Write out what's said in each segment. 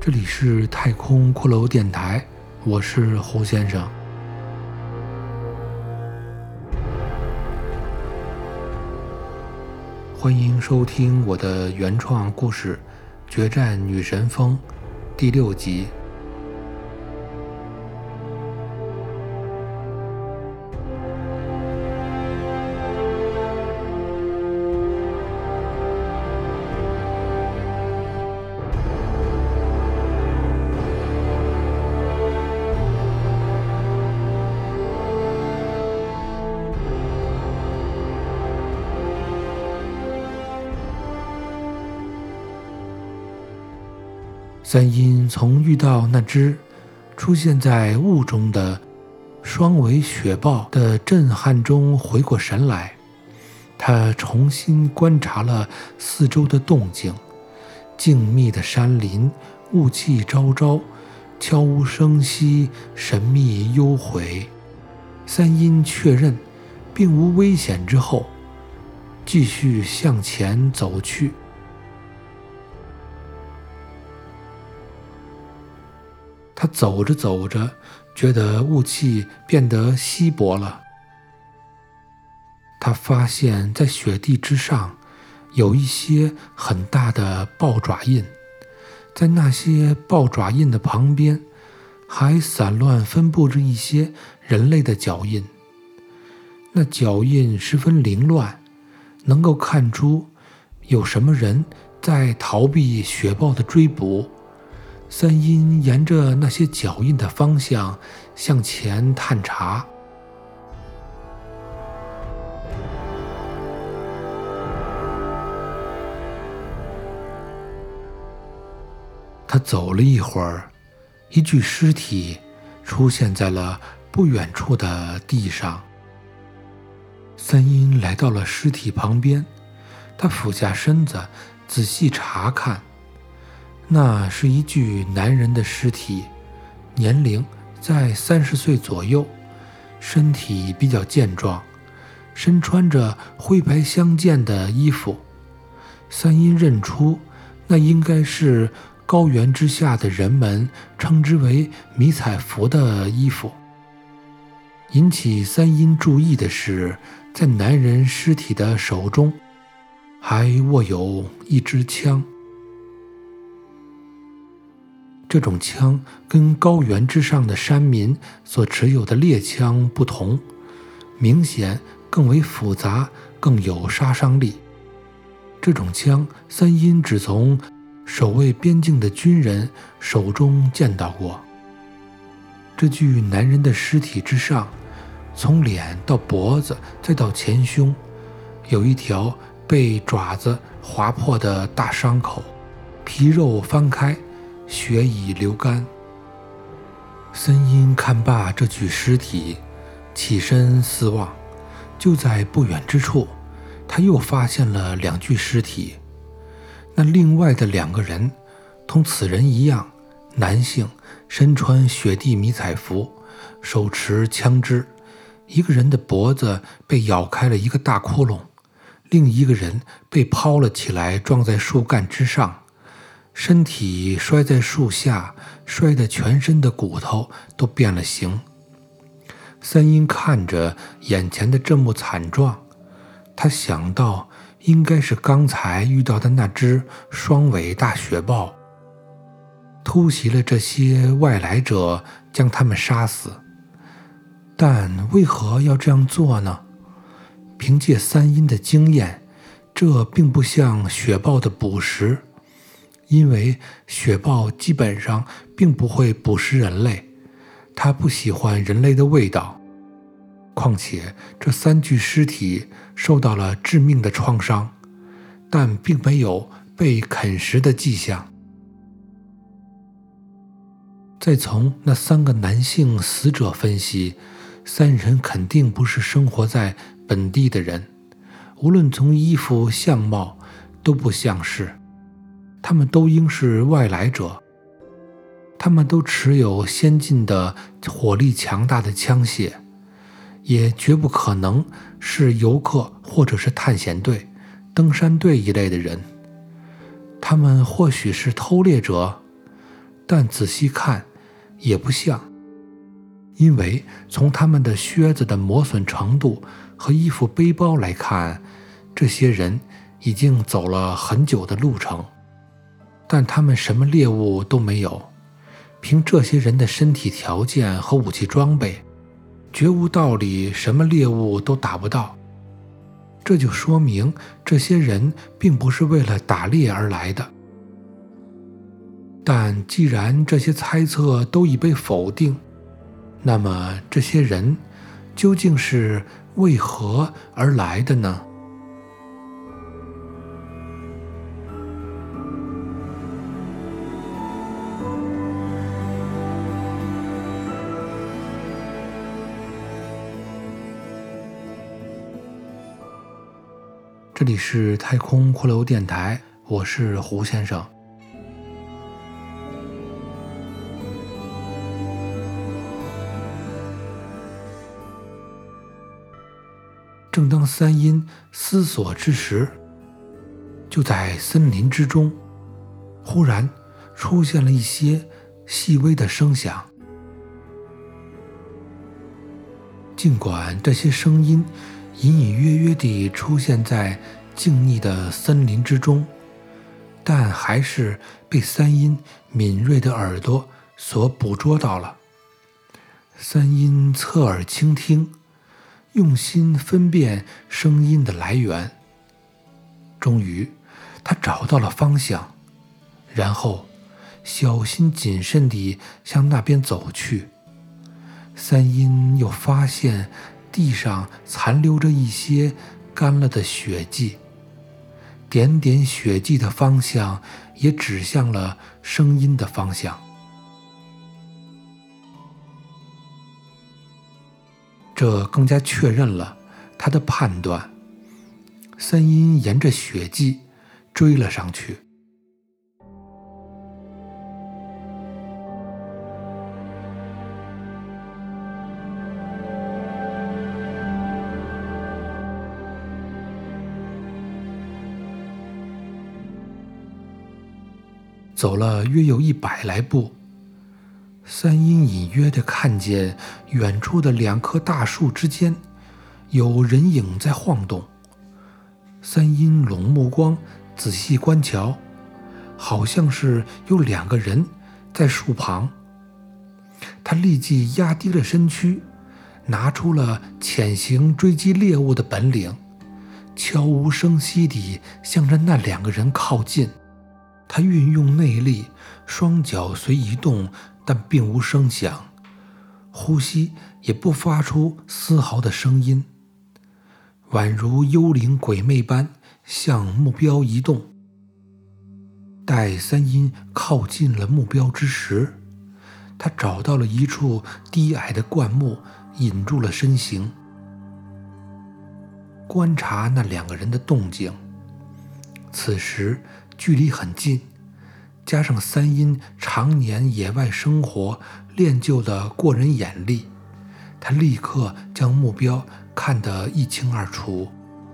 这里是太空骷髅电台，我是胡先生。欢迎收听我的原创故事《决战女神峰》第6集。三阴从遇到那只出现在雾中的双尾雪豹的震撼中回过神来，他重新观察了四周的动静，静谧的山林，雾气昭昭，悄无声息，神秘幽回。三阴确认并无危险之后，继续向前走去。他走着走着，觉得雾气变得稀薄了。他发现在雪地之上有一些很大的豹爪印，在那些豹爪印的旁边还散乱分布着一些人类的脚印。那脚印十分凌乱，能够看出有什么人在逃避雪豹的追捕。三阴沿着那些脚印的方向向前探查，他走了一会儿，一具尸体出现在了不远处的地上。三阴来到了尸体旁边，他俯下身子仔细查看。那是一具男人的尸体，年龄在30岁左右，身体比较健壮，身穿着灰白相间的衣服。三阴认出那应该是高原之下的人们称之为迷彩服的衣服。引起三阴注意的是，在男人尸体的手中还握有一支枪。这种枪跟高原之上的山民所持有的猎枪不同，明显更为复杂，更有杀伤力。这种枪三阴只从守卫边境的军人手中见到过。这具男人的尸体之上，从脸到脖子再到前胸，有一条被爪子划破的大伤口，皮肉翻开，血已流干。三阴看罢这具尸体，起身四望，就在不远之处，他又发现了2具尸体。那另外的2个人同此人一样，男性，身穿雪地迷彩服，手持枪支。一个人的脖子被咬开了一个大窟窿，另一个人被抛了起来，撞在树干之上，身体摔在树下，摔得全身的骨头都变了形。三阴看着眼前的这幕惨状，他想到应该是刚才遇到的那只双尾大雪豹突袭了这些外来者，将他们杀死。但为何要这样做呢？凭借三阴的经验，这并不像雪豹的捕食，因为雪豹基本上并不会捕食人类，它不喜欢人类的味道。况且这3具尸体受到了致命的创伤，但并没有被啃食的迹象。再从那3个男性死者分析，3人肯定不是生活在本地的人，无论从衣服相貌都不像是，他们都应是外来者。他们都持有先进的火力强大的枪械，也绝不可能是游客或者是探险队、登山队一类的人。他们或许是偷猎者， 但仔细看也不像，因为从他们的靴子的磨损程度和衣服背包来看，这些人已经走了很久的路程，但他们什么猎物都没有。凭这些人的身体条件和武器装备，绝无道理什么猎物都打不到。这就说明这些人并不是为了打猎而来的。但既然这些猜测都已被否定，那么这些人究竟是为何而来的呢？这里是太空骷髅电台，我是胡先生。正当三阴思索之时，就在森林之中，忽然出现了一些细微的声响。尽管这些声音隐隐约约地出现在静谧的森林之中，但还是被三阴敏锐的耳朵所捕捉到了。三阴侧耳倾听，用心分辨声音的来源。终于他找到了方向，然后小心谨慎地向那边走去。三阴又发现地上残留着一些干了的血迹，点点血迹的方向也指向了声音的方向。这更加确认了他的判断。三阴沿着血迹追了上去。走了约有100来步，三阴隐约地看见远处的2棵大树之间有人影在晃动。三阴拢目光仔细观瞧，好像是有2个人在树旁。他立即压低了身躯，拿出了潜行追击猎物的本领，悄无声息地向着那2个人靠近。他运用内力，双脚虽移动，但并无声响，呼吸也不发出丝毫的声音，宛如幽灵鬼魅般向目标移动。待三阴靠近了目标之时，他找到了一处低矮的灌木，引住了身形，观察那2个人的动静。此时距离很近，加上三阴常年野外生活练就的过人眼力，他立刻将目标看得一清二楚。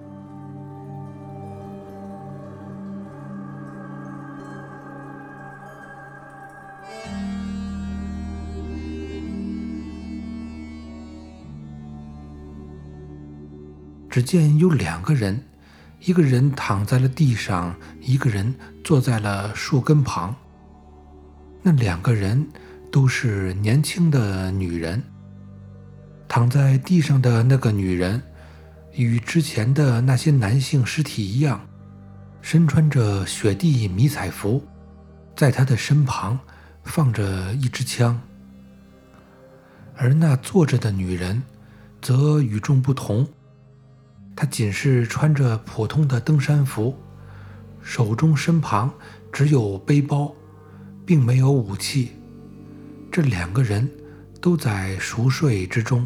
只见有2个人，一个人躺在了地上，一个人坐在了树根旁。那2个人都是年轻的女人。躺在地上的那个女人与之前的那些男性尸体一样，身穿着雪地迷彩服，在她的身旁放着一支枪。而那坐着的女人则与众不同，她仅是穿着普通的登山服，手中身旁只有背包，并没有武器。这2个人都在熟睡之中。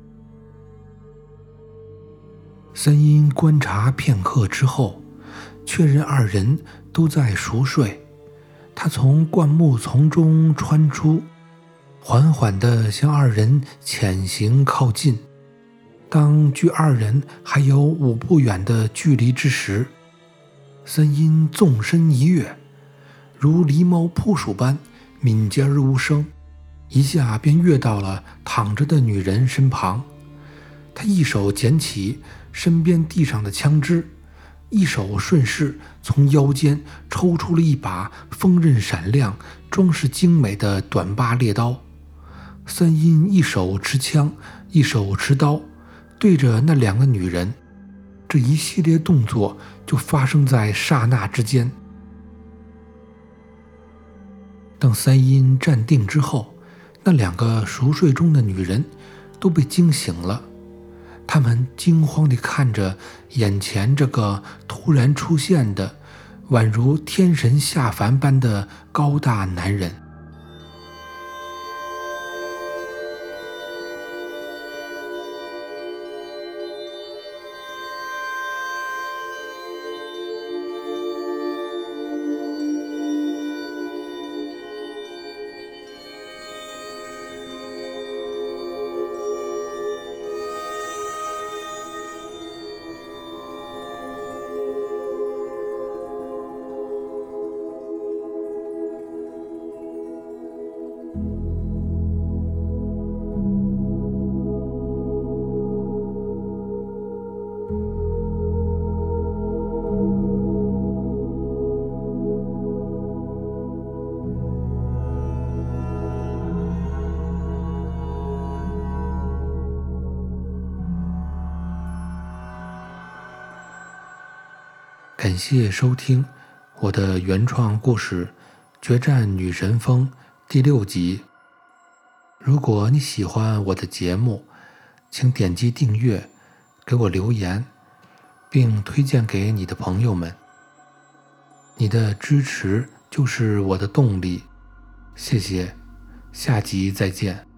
三阴观察片刻之后，确认2人都在熟睡。他从灌木丛中穿出，缓缓地向2人潜行靠近。当距2人还有5步远的距离之时，三阴纵身一跃，如狸猫扑鼠般敏捷而无声，一下便跃到了躺着的女人身旁。他一手捡起身边地上的枪支，一手顺势从腰间抽出了一把锋刃闪亮、装饰精美的短把猎刀。三阴一手持枪，一手持刀，对着那两个女人。这一系列动作就发生在刹那之间。等三阴站定之后，那两个熟睡中的女人都被惊醒了。她们惊慌地看着眼前这个突然出现的宛如天神下凡般的高大男人。感谢收听我的原创故事《决战女神峰》第6集。如果你喜欢我的节目，请点击订阅，给我留言，并推荐给你的朋友们。你的支持就是我的动力，谢谢，下集再见。